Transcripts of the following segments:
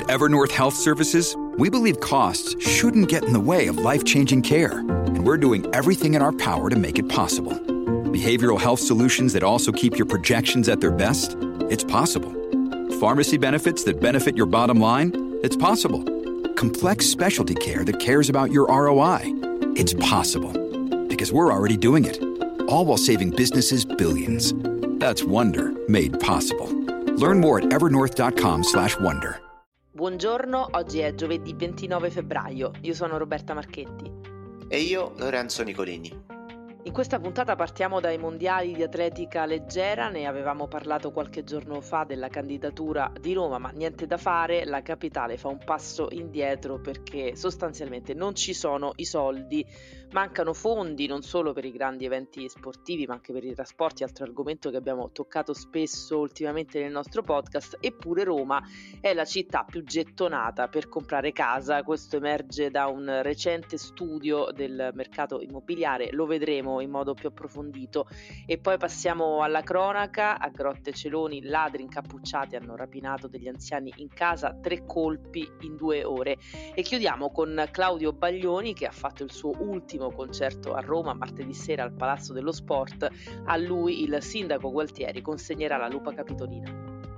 Evernorth Health Services, we believe costs shouldn't get in the way of life-changing care, and we're doing everything in our power to make it possible. Behavioral health solutions that also keep your projections at their best? It's possible. Pharmacy benefits that benefit your bottom line? It's possible. Complex specialty care that cares about your ROI? It's possible. Because we're already doing it. All while saving businesses billions. That's Wonder made possible. Learn more at evernorth.com/wonder. Buongiorno, oggi è giovedì 29 febbraio. Io sono Roberta Marchetti. E io, Lorenzo Nicolini. In questa puntata partiamo dai mondiali di atletica leggera, ne avevamo parlato qualche giorno fa della candidatura di Roma, ma niente da fare, la capitale fa un passo indietro perché sostanzialmente non ci sono i soldi, mancano fondi non solo per i grandi eventi sportivi ma anche per i trasporti, altro argomento che abbiamo toccato spesso ultimamente nel nostro podcast, eppure Roma è la città più gettonata per comprare casa, questo emerge da un recente studio del mercato immobiliare, lo vedremo in modo più approfondito. E poi passiamo alla cronaca. A Grotte Celoni ladri incappucciati hanno rapinato degli anziani in casa, 3 colpi in 2 ore. E chiudiamo con Claudio Baglioni che ha fatto il suo ultimo concerto a Roma martedì sera al Palazzo dello Sport. A lui il sindaco Gualtieri consegnerà la Lupa Capitolina.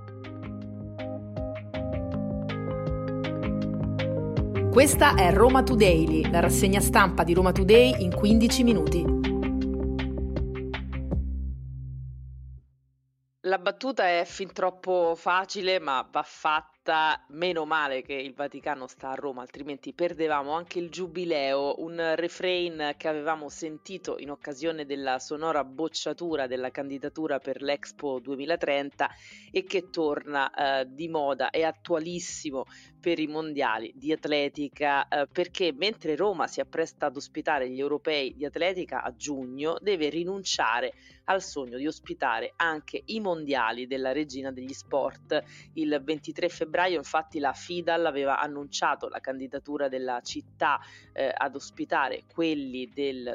Questa è Roma Today, la rassegna stampa di Roma Today in 15 minuti. La battuta è fin troppo facile, ma va fatta. Meno male che il Vaticano sta a Roma, altrimenti perdevamo anche il giubileo, un refrain che avevamo sentito in occasione della sonora bocciatura della candidatura per l'Expo 2030 e che torna di moda, è attualissimo per i mondiali di atletica, perché mentre Roma si appresta ad ospitare gli europei di atletica a giugno, deve rinunciare al sogno di ospitare anche i mondiali della regina degli sport. Il 23 febbraio infatti la FIDAL aveva annunciato la candidatura della città ad ospitare quelli del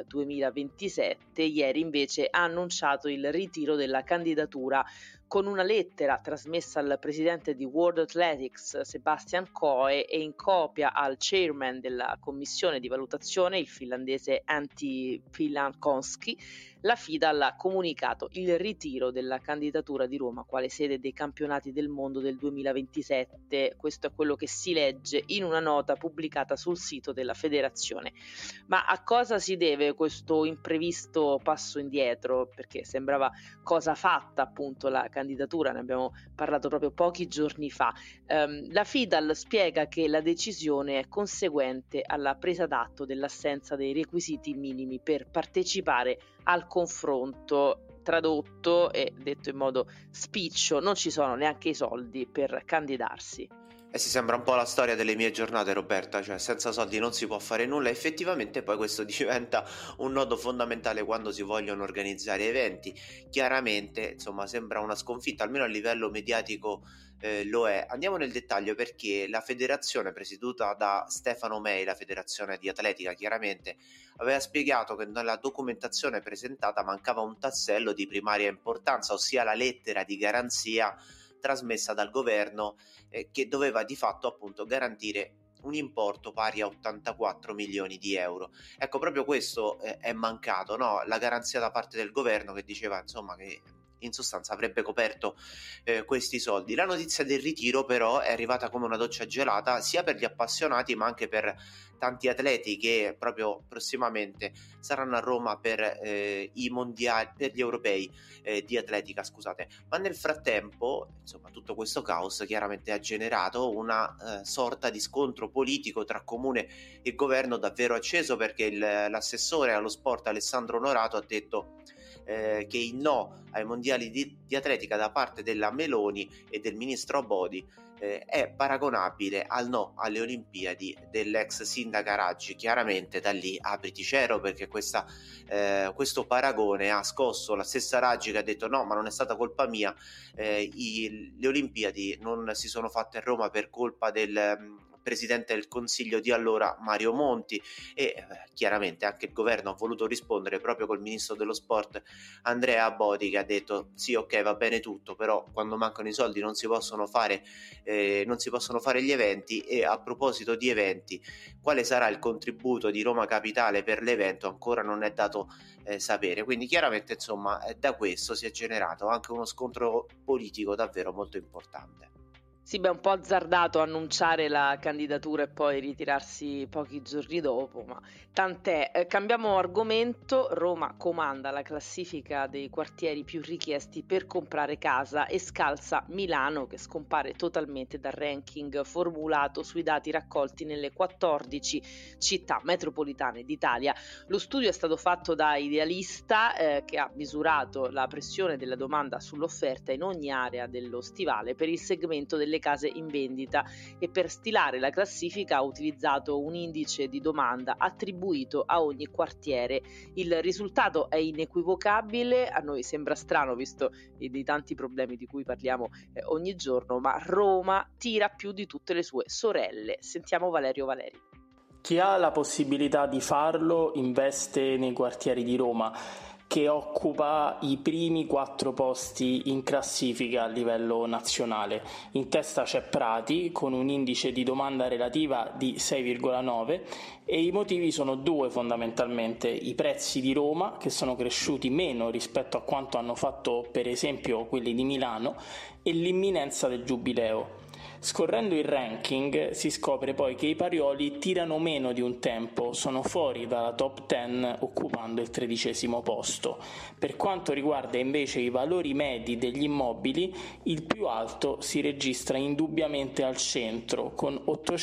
2027, ieri invece ha annunciato il ritiro della candidatura con una lettera trasmessa al presidente di World Athletics Sebastian Coe e in copia al chairman della commissione di valutazione, il finlandese Antti Pilankonski. La FIDAL ha comunicato il ritiro della candidatura di Roma quale sede dei campionati del mondo del 2027. Questo è quello che si legge in una nota pubblicata sul sito della federazione. Ma a cosa si deve questo imprevisto passo indietro? Perché sembrava cosa fatta appunto la candidatura, ne abbiamo parlato proprio pochi giorni fa. La FIDAL spiega che la decisione è conseguente alla presa d'atto dell'assenza dei requisiti minimi per partecipare al confronto. Tradotto e detto in modo spiccio, non ci sono neanche i soldi per candidarsi. Si sembra un po' la storia delle mie giornate, Roberta, cioè senza soldi non si può fare nulla. Effettivamente poi questo diventa un nodo fondamentale quando si vogliono organizzare eventi. Chiaramente, insomma, sembra una sconfitta, almeno a livello mediatico lo è. Andiamo nel dettaglio perché la federazione presieduta da Stefano Mei, la federazione di atletica, chiaramente aveva spiegato che nella documentazione presentata mancava un tassello di primaria importanza, ossia la lettera di garanzia trasmessa dal governo che doveva di fatto appunto garantire un importo pari a 84 milioni di euro. Ecco, proprio questo è mancato, no? La garanzia da parte del governo che diceva insomma che in sostanza avrebbe coperto questi soldi. La notizia del ritiro però è arrivata come una doccia gelata sia per gli appassionati ma anche per tanti atleti che proprio prossimamente saranno a Roma per i mondiali, per gli europei di atletica, scusate. Ma nel frattempo, insomma, tutto questo caos chiaramente ha generato una sorta di scontro politico tra comune e governo davvero acceso, perché l'assessore allo sport Alessandro Onorato ha detto che il no ai mondiali di atletica da parte della Meloni e del ministro Abodi è paragonabile al no alle Olimpiadi dell'ex sindaca Raggi. Chiaramente da lì apriti cielo, perché questo paragone ha scosso la stessa Raggi, che ha detto no, ma non è stata colpa mia, le Olimpiadi non si sono fatte a Roma per colpa presidente del Consiglio di allora Mario Monti, e chiaramente anche il governo ha voluto rispondere proprio col ministro dello sport Andrea Bodi, che ha detto sì, ok, va bene tutto, però quando mancano i soldi non si possono fare gli eventi. E a proposito di eventi, quale sarà il contributo di Roma Capitale per l'evento ancora non è dato sapere, quindi chiaramente insomma da questo si è generato anche uno scontro politico davvero molto importante. Sì, beh, un po' azzardato annunciare la candidatura e poi ritirarsi pochi giorni dopo, ma tant'è. Cambiamo argomento. Roma comanda la classifica dei quartieri più richiesti per comprare casa e scalza Milano, che scompare totalmente dal ranking formulato sui dati raccolti nelle 14 città metropolitane d'Italia. Lo studio è stato fatto da Idealista, che ha misurato la pressione della domanda sull'offerta in ogni area dello stivale per il segmento delle case in vendita, e per stilare la classifica ha utilizzato un indice di domanda attribuito a ogni quartiere. Il risultato è inequivocabile. A noi sembra strano visto i tanti problemi di cui parliamo ogni giorno, ma Roma tira più di tutte le sue sorelle. Sentiamo Valerio Valeri. Chi ha la possibilità di farlo investe nei quartieri di Roma, che occupa i primi 4 posti in classifica a livello nazionale. In testa c'è Prati con un indice di domanda relativa di 6,9 e i motivi sono 2 fondamentalmente: i prezzi di Roma, che sono cresciuti meno rispetto a quanto hanno fatto per esempio quelli di Milano, e l'imminenza del Giubileo. Scorrendo il ranking si scopre poi che i Parioli tirano meno di un tempo, sono fuori dalla top 10 occupando il 13° posto. Per quanto riguarda invece i valori medi degli immobili, il più alto si registra indubbiamente al centro con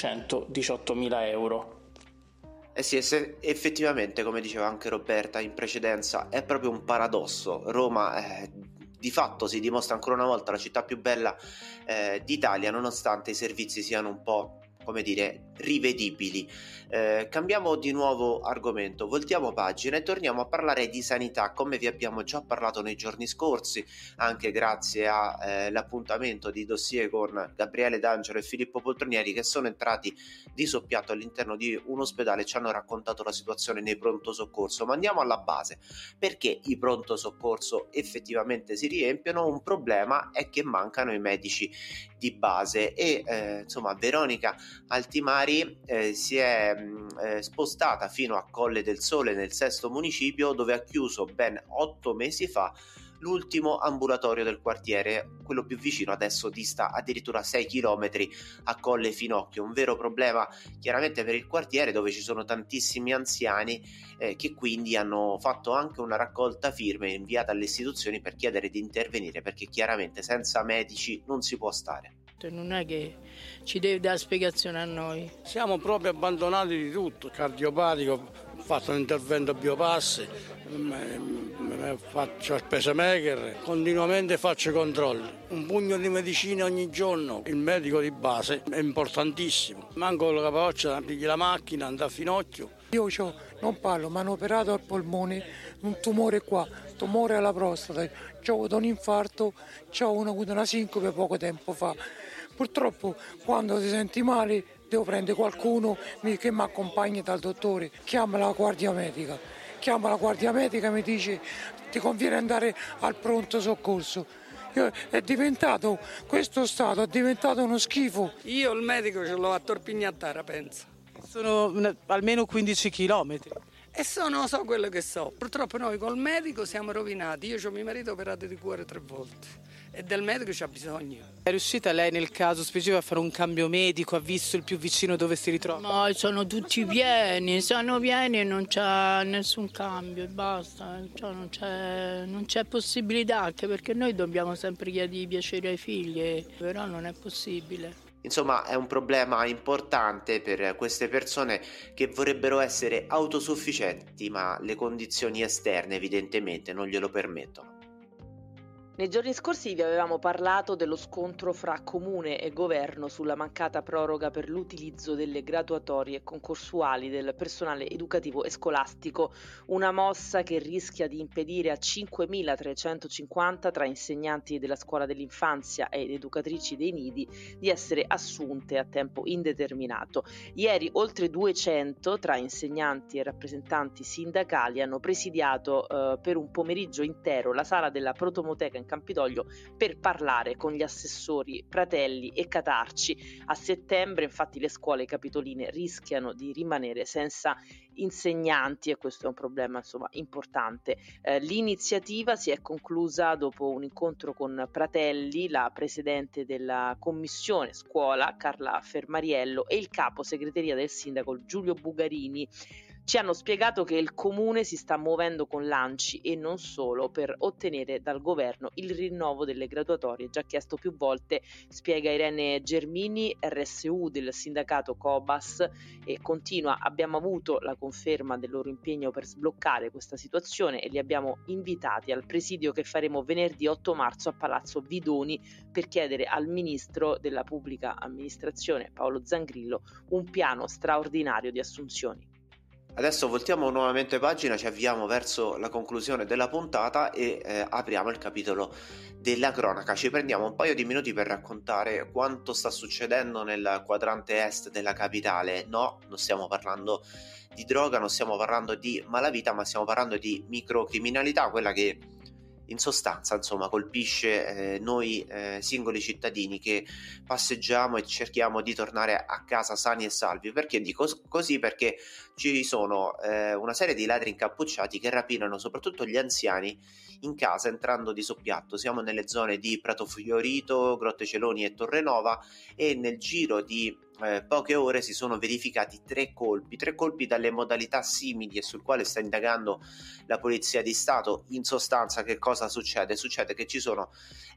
818.000 euro. Sì, effettivamente, come diceva anche Roberta in precedenza, è proprio un paradosso. Roma di fatto si dimostra ancora una volta la città più bella d'Italia, nonostante i servizi siano un po', come dire, rivedibili. Cambiamo di nuovo argomento, voltiamo pagina e torniamo a parlare di sanità, come vi abbiamo già parlato nei giorni scorsi, anche grazie all'appuntamento di dossier con Gabriele D'Angelo e Filippo Poltronieri, che sono entrati di soppiatto all'interno di un ospedale e ci hanno raccontato la situazione nei pronto soccorso. Ma andiamo alla base: perché i pronto soccorso effettivamente si riempiono? Un problema è che mancano i medici di base e insomma Veronica Altimari si è spostata fino a Colle del Sole, nel 6° municipio, dove ha chiuso ben 8 mesi fa l'ultimo ambulatorio del quartiere. Quello più vicino adesso dista addirittura 6 chilometri a Colle Finocchio, un vero problema chiaramente per il quartiere, dove ci sono tantissimi anziani che quindi hanno fatto anche una raccolta firme inviata alle istituzioni per chiedere di intervenire, perché chiaramente senza medici non si può stare. Non è che ci deve dare spiegazione a noi. Siamo proprio abbandonati di tutto. Cardiopatico, ho fatto un intervento a biopassi, faccio il pacemaker, continuamente faccio controlli. Un pugno di medicine ogni giorno. Il medico di base è importantissimo. Manco la capoccia, pigli la macchina, andare a Finocchio. Io non parlo, mi hanno operato al polmone, un tumore qua, tumore alla prostata, ho avuto un infarto, ho avuto una sincope poco tempo fa. Purtroppo quando ti senti male devo prendere qualcuno che mi accompagni dal dottore, chiama la guardia medica e mi dice ti conviene andare al pronto soccorso. Questo stato è diventato uno schifo. Io il medico ce l'ho a Torpignattara, penso. Sono almeno 15 chilometri. E non so quello che so. Purtroppo noi col medico siamo rovinati. Io ho mio marito operato di cuore 3 volte e del medico c'ha bisogno. È riuscita lei nel caso specifico a fare un cambio medico? Ha visto il più vicino dove si ritrova? Ma sono tutti pieni e non c'è nessun cambio e basta. Cioè non c'è possibilità, anche perché noi dobbiamo sempre chiedere i piaceri ai figli, però non è possibile. Insomma, è un problema importante per queste persone che vorrebbero essere autosufficienti, ma le condizioni esterne evidentemente non glielo permettono. Nei giorni scorsi vi avevamo parlato dello scontro fra comune e governo sulla mancata proroga per l'utilizzo delle graduatorie concorsuali del personale educativo e scolastico, una mossa che rischia di impedire a 5.350 tra insegnanti della scuola dell'infanzia ed educatrici dei nidi di essere assunte a tempo indeterminato. Ieri oltre 200 tra insegnanti e rappresentanti sindacali hanno presidiato per un pomeriggio intero la sala della Protomoteca in Campidoglio per parlare con gli assessori Pratelli e Catarci. A settembre infatti le scuole capitoline rischiano di rimanere senza insegnanti e questo è un problema importante. L'iniziativa si è conclusa dopo un incontro con Pratelli, la presidente della commissione scuola Carla Fermariello e il capo segreteria del sindaco Giulio Bugarini. Ci hanno spiegato che il comune si sta muovendo con l'ANCI e non solo per ottenere dal governo il rinnovo delle graduatorie già chiesto più volte, spiega Irene Germini, RSU del sindacato Cobas, e continua: abbiamo avuto la conferma del loro impegno per sbloccare questa situazione e li abbiamo invitati al presidio che faremo venerdì 8 marzo a Palazzo Vidoni per chiedere al ministro della pubblica amministrazione Paolo Zangrillo un piano straordinario di assunzioni. Adesso voltiamo nuovamente pagina, ci avviamo verso la conclusione della puntata e apriamo il capitolo della cronaca. Ci prendiamo un paio di minuti per raccontare quanto sta succedendo nel quadrante est della capitale. No, non stiamo parlando di droga, non stiamo parlando di malavita, ma stiamo parlando di microcriminalità, quella che in sostanza colpisce noi singoli cittadini che passeggiamo e cerchiamo di tornare a casa sani e salvi. Perché dico così? Perché ci sono una serie di ladri incappucciati che rapinano soprattutto gli anziani in casa entrando di soppiatto. Siamo nelle zone di Prato Fiorito, Grotte Celoni e Torrenova e nel giro di poche ore si sono verificati tre colpi dalle modalità simili e sul quale sta indagando la Polizia di Stato. In sostanza che cosa succede? Succede che ci sono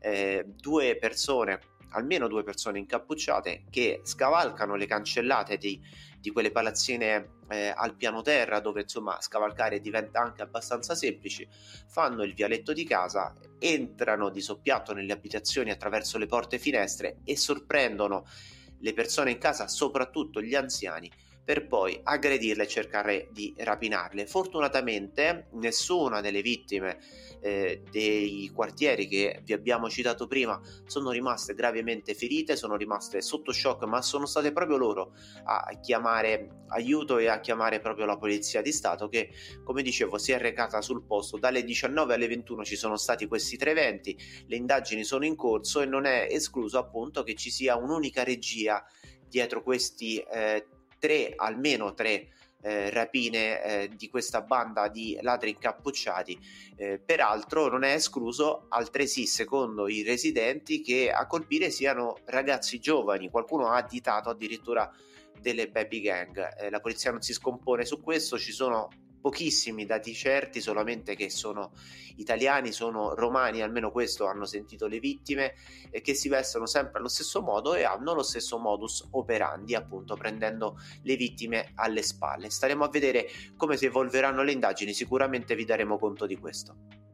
almeno due persone incappucciate che scavalcano le cancellate di quelle palazzine al piano terra, dove scavalcare diventa anche abbastanza semplice. Fanno il vialetto di casa, entrano di soppiatto nelle abitazioni attraverso le porte e finestre e sorprendono le persone in casa, soprattutto gli anziani, per poi aggredirle e cercare di rapinarle. Fortunatamente nessuna delle vittime dei quartieri che vi abbiamo citato prima sono rimaste gravemente ferite, sono rimaste sotto shock, ma sono state proprio loro a chiamare aiuto e a chiamare proprio la Polizia di Stato che, come dicevo, si è recata sul posto. Dalle 19 alle 21 ci sono stati questi tre eventi, le indagini sono in corso e non è escluso appunto che ci sia un'unica regia dietro questi almeno tre rapine di questa banda di ladri incappucciati. Peraltro non è escluso altresì, secondo i residenti, che a colpire siano ragazzi giovani. Qualcuno ha additato addirittura delle baby gang. La polizia non si scompone su questo, ci sono pochissimi dati certi, solamente che sono italiani, sono romani, almeno questo hanno sentito le vittime, e che si vestono sempre allo stesso modo e hanno lo stesso modus operandi, appunto prendendo le vittime alle spalle. Staremo a vedere come si evolveranno le indagini, sicuramente vi daremo conto di questo.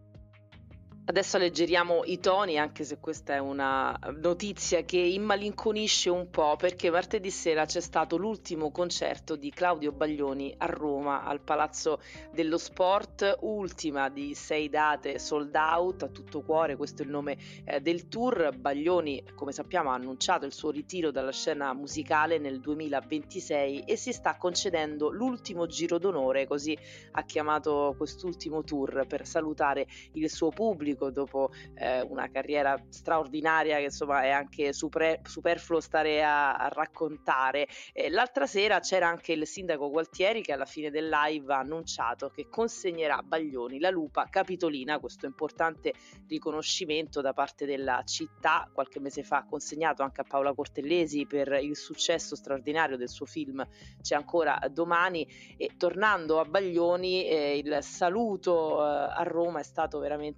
Adesso alleggeriamo i toni, anche se questa è una notizia che immalinconisce un po', perché martedì sera c'è stato l'ultimo concerto di Claudio Baglioni a Roma, al Palazzo dello Sport, ultima di 6 date sold out a tutto cuore. Questo è il nome del tour. Baglioni, come sappiamo, ha annunciato il suo ritiro dalla scena musicale nel 2026 e si sta concedendo l'ultimo giro d'onore, così ha chiamato quest'ultimo tour, per salutare il suo pubblico dopo una carriera straordinaria che è anche superfluo stare a raccontare. L'altra sera c'era anche il sindaco Gualtieri, che alla fine del live ha annunciato che consegnerà a Baglioni la Lupa Capitolina, questo importante riconoscimento da parte della città. Qualche mese fa ha consegnato anche a Paola Cortellesi per il successo straordinario del suo film C'è ancora domani. E tornando a Baglioni, il saluto a Roma è stato veramente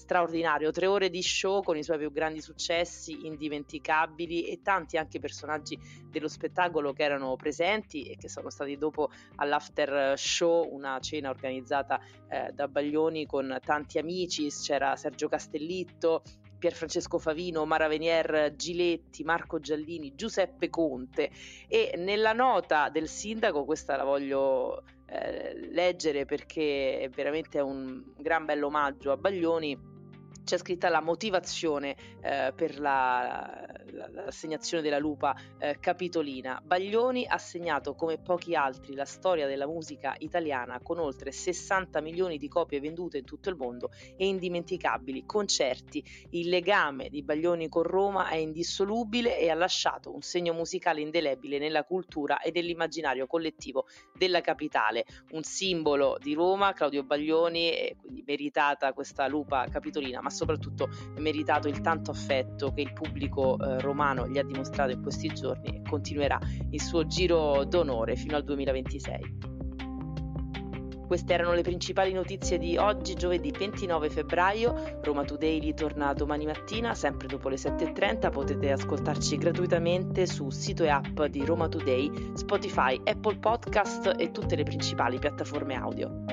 straordinario, 3 ore di show con i suoi più grandi successi, indimenticabili, e tanti anche personaggi dello spettacolo che erano presenti e che sono stati dopo all'after show, una cena organizzata da Baglioni con tanti amici. C'era Sergio Castellitto, Pierfrancesco Favino, Mara Venier, Giletti, Marco Giallini, Giuseppe Conte. E nella nota del sindaco, questa la voglio leggere perché è veramente un gran bello omaggio a Baglioni, c'è scritta la motivazione per l'assegnazione della Lupa Capitolina. Baglioni ha segnato come pochi altri la storia della musica italiana, con oltre 60 milioni di copie vendute in tutto il mondo e indimenticabili concerti. Il legame di Baglioni con Roma è indissolubile e ha lasciato un segno musicale indelebile nella cultura e nell'immaginario collettivo della capitale. Un simbolo di Roma, Claudio Baglioni, e quindi meritata questa Lupa Capitolina, ma soprattutto è meritato il tanto affetto che il pubblico romano gli ha dimostrato in questi giorni, e continuerà il suo giro d'onore fino al 2026. Queste erano le principali notizie di oggi, giovedì 29 febbraio. Roma Today torna domani mattina, sempre dopo le 7:30. Potete ascoltarci gratuitamente su sito e app di Roma Today, Spotify, Apple Podcast e tutte le principali piattaforme audio.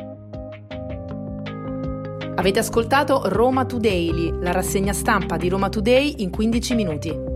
Avete ascoltato Roma Today, la rassegna stampa di Roma Today in 15 minuti.